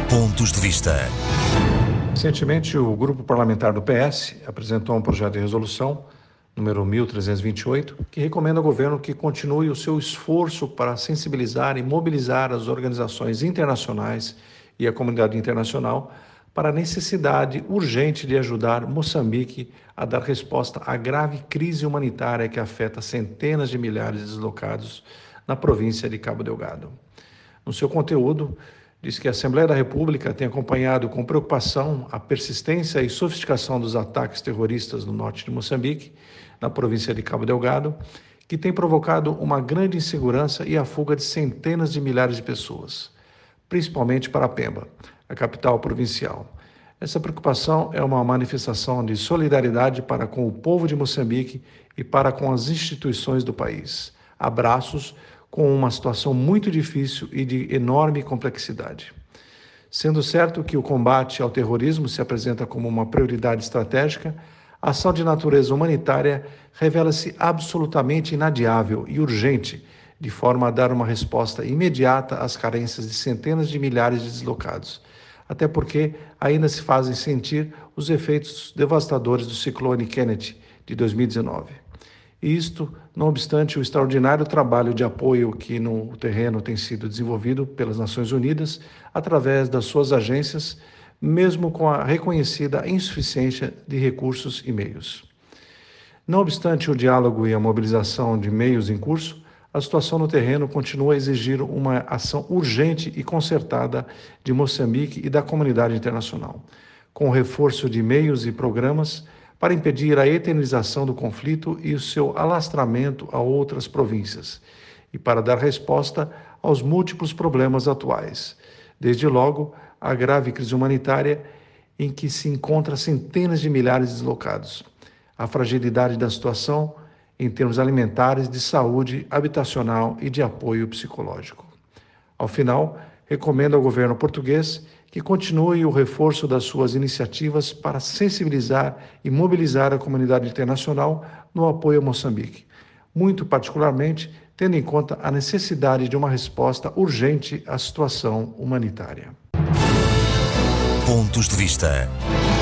Pontos de Vista. Recentemente, o Grupo Parlamentar do PS apresentou um projeto de resolução, número 1328, que recomenda ao governo que continue o seu esforço para sensibilizar e mobilizar as organizações internacionais e a comunidade internacional para a necessidade urgente de ajudar Moçambique a dar resposta à grave crise humanitária que afeta centenas de milhares de deslocados na província de Cabo Delgado. No seu conteúdo, diz que a Assembleia da República tem acompanhado com preocupação a persistência e sofisticação dos ataques terroristas no norte de Moçambique, na província de Cabo Delgado, que tem provocado uma grande insegurança e a fuga de centenas de milhares de pessoas, principalmente para Pemba, a capital provincial. Essa preocupação é uma manifestação de solidariedade para com o povo de Moçambique e para com as instituições do país. Abraços com uma situação muito difícil e de enorme complexidade. Sendo certo que o combate ao terrorismo se apresenta como uma prioridade estratégica, a ação de natureza humanitária revela-se absolutamente inadiável e urgente, de forma a dar uma resposta imediata às carências de centenas de milhares de deslocados, até porque ainda se fazem sentir os efeitos devastadores do ciclone Kenneth de 2019. E isto, não obstante o extraordinário trabalho de apoio que no terreno tem sido desenvolvido pelas Nações Unidas através das suas agências, mesmo com a reconhecida insuficiência de recursos e meios. Não obstante o diálogo e a mobilização de meios em curso, a situação no terreno continua a exigir uma ação urgente e concertada de Moçambique e da comunidade internacional, com o reforço de meios e programas para impedir a eternização do conflito e o seu alastramento a outras províncias, e para dar resposta aos múltiplos problemas atuais, desde logo a grave crise humanitária em que se encontra centenas de milhares de deslocados, a fragilidade da situação em termos alimentares, de saúde, habitacional e de apoio psicológico. Ao final, recomendo ao governo português que continue o reforço das suas iniciativas para sensibilizar e mobilizar a comunidade internacional no apoio a Moçambique, muito particularmente tendo em conta a necessidade de uma resposta urgente à situação humanitária. Pontos de Vista.